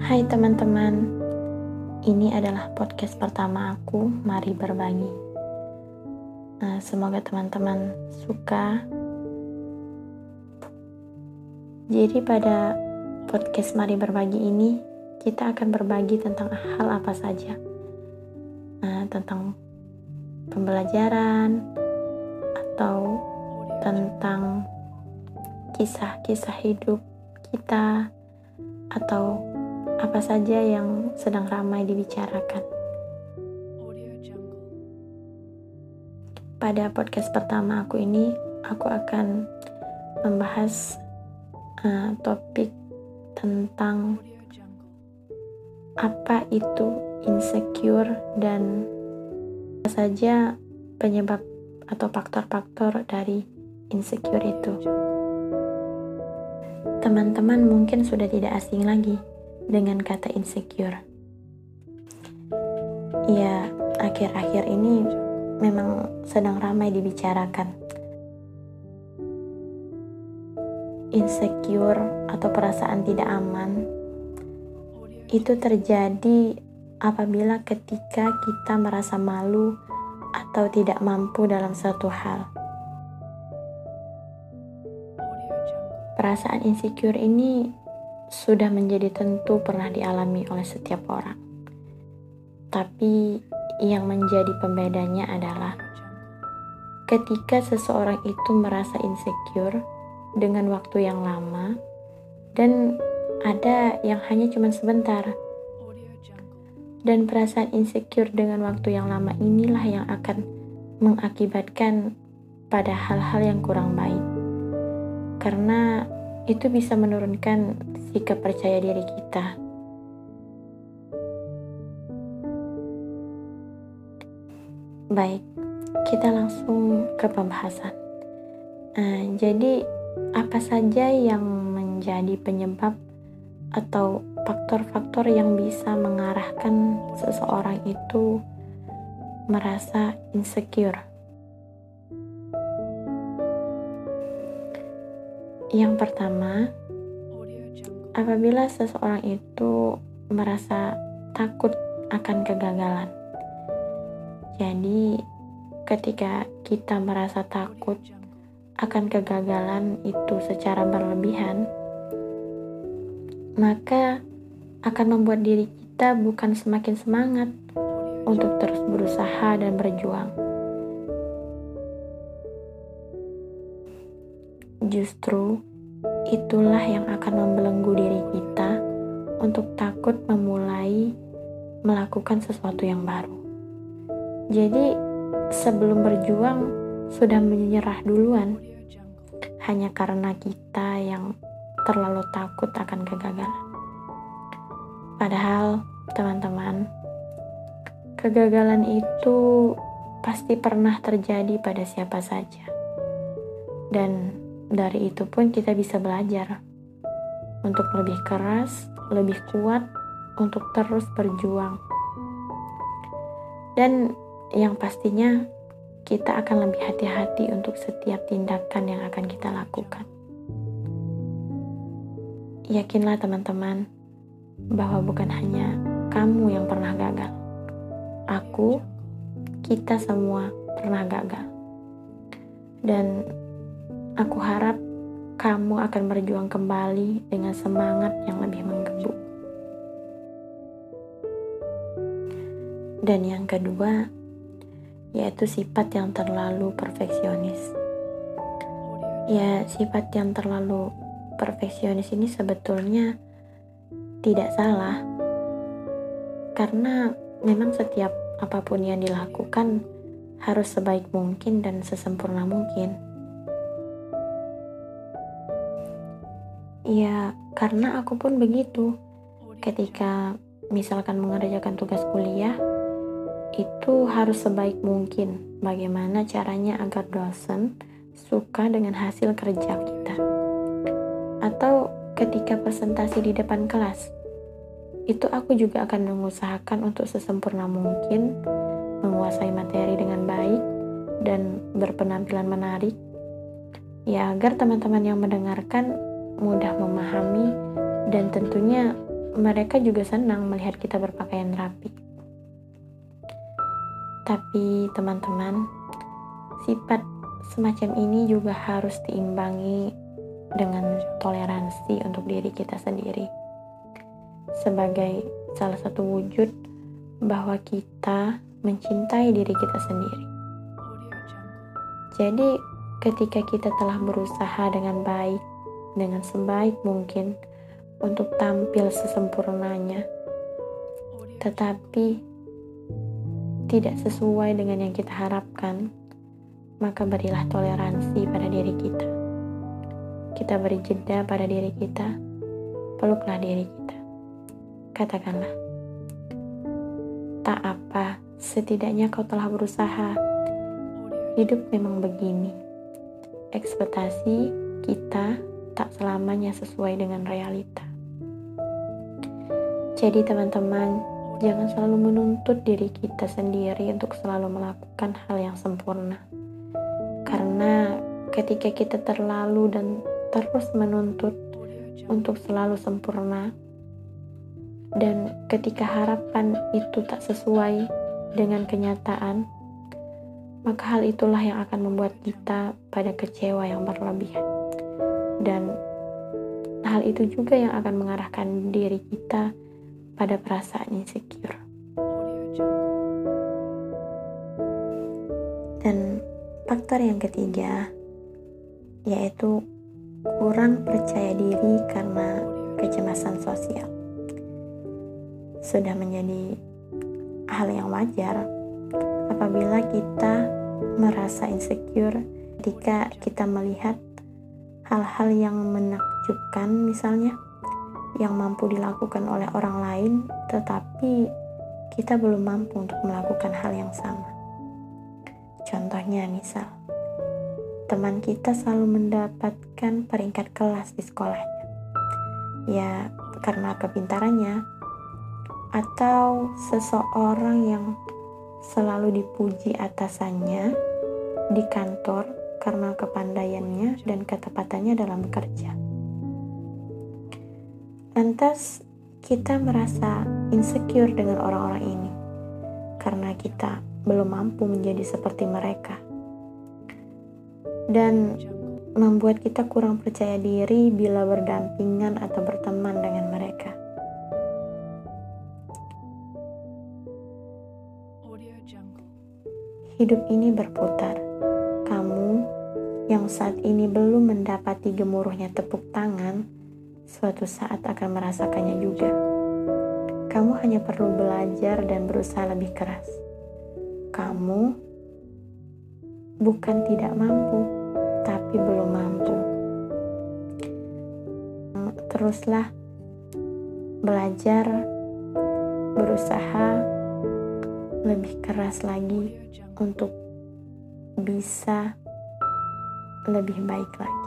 Hai teman-teman, ini adalah podcast pertama aku, Mari Berbagi. Semoga teman-teman suka. Jadi pada podcast Mari Berbagi ini, kita akan berbagi tentang hal apa saja. Tentang pembelajaran, atau tentang kisah-kisah hidup kita, atau apa saja yang sedang ramai dibicarakan. Pada podcast pertama aku ini, aku akan membahas topik tentang apa itu insecure dan apa saja penyebab atau faktor-faktor dari insecure itu. Teman-teman mungkin sudah tidak asing lagi dengan kata insecure. Ya, akhir-akhir ini memang sedang ramai dibicarakan. Insecure atau perasaan tidak aman itu terjadi apabila ketika kita merasa malu atau tidak mampu dalam suatu hal. Perasaan insecure ini sudah menjadi tentu pernah dialami oleh setiap orang. Tapi yang menjadi pembedanya adalah ketika seseorang itu merasa insecure dengan waktu yang lama dan ada yang hanya cuma sebentar. Dan perasaan insecure dengan waktu yang lama inilah yang akan mengakibatkan pada hal-hal yang kurang baik. Karena itu bisa menurunkan sikap percaya diri kita. Baik, kita langsung ke pembahasan. Jadi, apa saja yang menjadi penyebab atau faktor-faktor yang bisa mengarahkan seseorang itu merasa insecure? Yang pertama, apabila seseorang itu merasa takut akan kegagalan. Jadi, ketika kita merasa takut akan kegagalan itu secara berlebihan, maka akan membuat diri kita bukan semakin semangat untuk terus berusaha dan berjuang. Justru itulah yang akan membelenggu diri kita untuk takut memulai melakukan sesuatu yang baru. Jadi sebelum berjuang sudah menyerah duluan hanya karena kita yang terlalu takut akan kegagalan. Padahal teman-teman, kegagalan itu pasti pernah terjadi pada siapa saja. Dan dari itu pun kita bisa belajar untuk lebih keras, lebih kuat, untuk terus berjuang. Dan yang pastinya kita akan lebih hati-hati untuk setiap tindakan yang akan kita lakukan. Yakinlah teman-teman, bahwa bukan hanya kamu yang pernah gagal. Aku, kita semua pernah gagal. Dan aku harap kamu akan berjuang kembali dengan semangat yang lebih menggebu. Dan yang kedua, yaitu sifat yang terlalu perfeksionis. Ya, sifat yang terlalu perfeksionis ini sebetulnya tidak salah. Karena memang setiap apapun yang dilakukan harus sebaik mungkin dan sesempurna mungkin. Ya, karena aku pun begitu. Ketika misalkan mengerjakan tugas kuliah, itu harus sebaik mungkin. Bagaimana caranya agar dosen suka dengan hasil kerja kita. Atau ketika presentasi di depan kelas, itu aku juga akan mengusahakan untuk sesempurna mungkin, menguasai materi dengan baik, dan berpenampilan menarik. Ya, agar teman-teman yang mendengarkan mudah memahami dan tentunya mereka juga senang melihat kita berpakaian rapi. Tapi teman-teman, sifat semacam ini juga harus diimbangi dengan toleransi untuk diri kita sendiri, sebagai salah satu wujud bahwa kita mencintai diri kita sendiri. Jadi ketika kita telah berusaha dengan baik, dengan sebaik mungkin untuk tampil sesempurnanya, tetapi tidak sesuai dengan yang kita harapkan, maka berilah toleransi pada diri kita. Kita beri jeda pada diri kita, peluklah diri kita. Katakanlah, tak apa, setidaknya kau telah berusaha. Hidup memang begini. Ekspektasi kita tak selamanya sesuai dengan realita. Jadi teman-teman, jangan selalu menuntut diri kita sendiri untuk selalu melakukan hal yang sempurna. Karena ketika kita terlalu dan terus menuntut untuk selalu sempurna, dan ketika harapan itu tak sesuai dengan kenyataan, maka hal itulah yang akan membuat kita pada kecewa yang berlebihan. Dan hal itu juga yang akan mengarahkan diri kita pada perasaan insecure. Dan faktor yang ketiga yaitu kurang percaya diri karena kecemasan sosial. Sudah menjadi hal yang wajar apabila kita merasa insecure ketika kita melihat hal-hal yang menakjubkan, misalnya yang mampu dilakukan oleh orang lain, tetapi kita belum mampu untuk melakukan hal yang sama. Contohnya misal, teman kita selalu mendapatkan peringkat kelas di sekolahnya, ya karena kepintarannya, atau seseorang yang selalu dipuji atasannya di kantor karena kepandaiannya dan ketepatannya dalam bekerja. Lantas kita merasa insecure dengan orang-orang ini karena kita belum mampu menjadi seperti mereka, dan membuat kita kurang percaya diri bila berdampingan atau berteman dengan mereka. Hidup ini berputar. Kamu yang saat ini belum mendapati gemuruhnya tepuk tangan, suatu saat akan merasakannya juga. Kamu hanya perlu belajar dan berusaha lebih keras. Kamu bukan tidak mampu, tapi belum mampu. Teruslah belajar, berusaha lebih keras lagi untuk bisa lebih baik lagi.